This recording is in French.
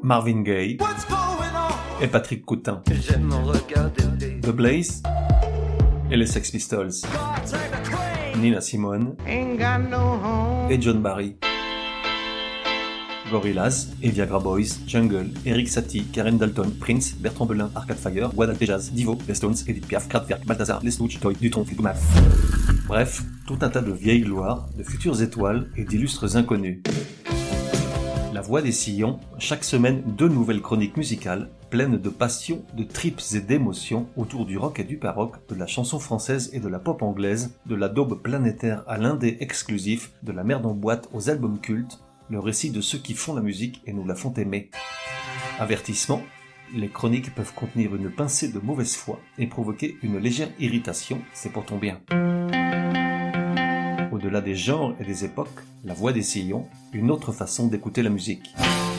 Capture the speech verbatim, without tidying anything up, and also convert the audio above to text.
Marvin Gaye et Patrick Coutin. J'aime regarder The Blaze et les Sex Pistols. Nina Simone et John Barry. Gorillaz et Viagra Boys, Jungle, Eric Satie, Karen Dalton, Prince, Bertrand Belin, Arcade Fire, Guadalajara Jazz, Divo, Les Stones, Edith Piaf, Kraftwerk, Balthazar, Les Stooges, Toy, Dutronc, Goumaf. Bref, tout un tas de vieilles gloires, de futures étoiles et d'illustres inconnus. La Voix des Sillons, chaque semaine deux nouvelles chroniques musicales, pleines de passion, de tripes et d'émotions autour du rock et du paroque, de la chanson française et de la pop anglaise, de la daube planétaire à l'indé exclusif, de la merde en boîte aux albums cultes, le récit de ceux qui font la musique et nous la font aimer. Avertissement, les chroniques peuvent contenir une pincée de mauvaise foi et provoquer une légère irritation, c'est pour ton bien. Au-delà des genres et des époques, La Voix des Sillons, une autre façon d'écouter la musique.